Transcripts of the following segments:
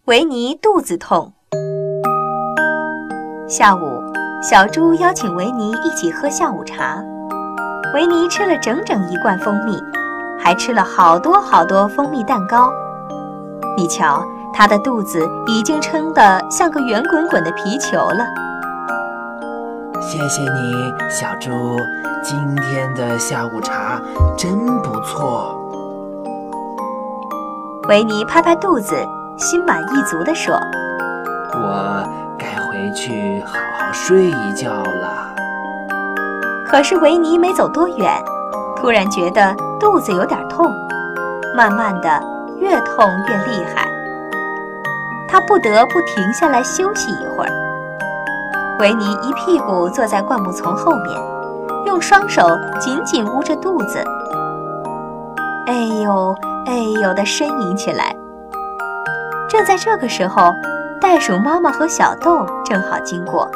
维尼肚子痛。下午，小猪邀请维尼一起喝下午茶。维尼吃了整整1罐蜂蜜，还吃了好多好多蜂蜜蛋糕。你瞧，他的肚子已经撑得像个圆滚滚的皮球了。 谢谢你，小猪，今天的下午茶真不错。 维尼拍拍肚子，心满意足地说： 我该回去好好睡一觉了。 可是维尼没走多远，突然觉得肚子有点痛，慢慢的越痛越厉害。他不得不停下来休息一会儿。维尼一屁股坐在灌木丛后面，用双手紧紧捂着肚子，哎呦哎呦地呻吟起来。正在这个时候，袋鼠妈妈和小豆正好经过。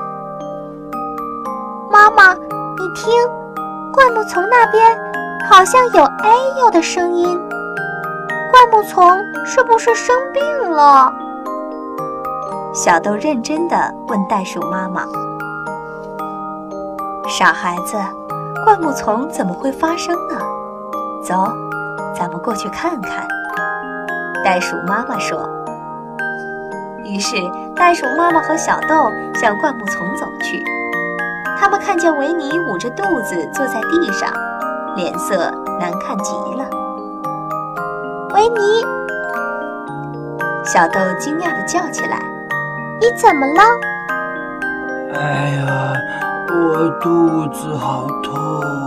妈妈，你听，灌木丛那边好像有哎呦的声音，灌木丛是不是生病了？ 小豆认真地问袋鼠妈妈。傻孩子，灌木丛怎么会发生呢？走，咱们过去看看。袋鼠妈妈说。于是袋鼠妈妈和小豆向灌木丛走去。他们看见维尼捂着肚子坐在地上，脸色难看极了。 维尼！ 小豆惊讶地叫起来， 你怎么了？ 哎呀，我肚子好痛。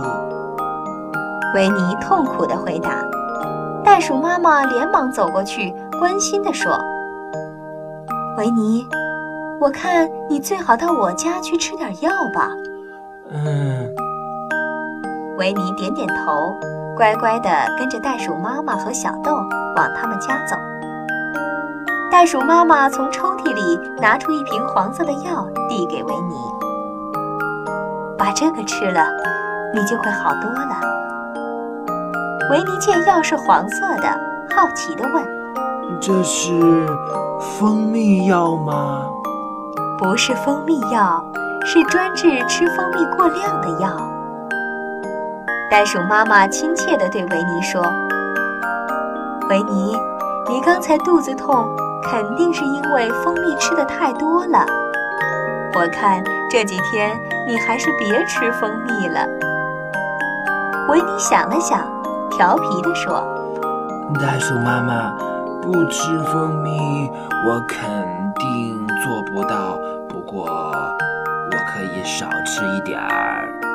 维尼痛苦地回答。袋鼠妈妈连忙走过去，关心地说：维尼，我看你最好到我家去吃点药吧。维尼点点头，乖乖地跟着袋鼠妈妈和小豆往他们家走。袋鼠妈妈从抽屉里拿出一瓶黄色的药，递给维尼。把这个吃了，你就会好多了。维尼见药是黄色的，好奇地问： 这是蜂蜜药吗？ 不是蜂蜜药，是专治吃蜂蜜过量的药。袋鼠妈妈亲切地对维尼说：维尼，你刚才肚子痛，肯定是因为蜂蜜吃得太多了。我看这几天你还是别吃蜂蜜了。维尼想了想，调皮地说： 袋鼠妈妈，不吃蜂蜜我肯定做不到，不过我可以少吃一点儿。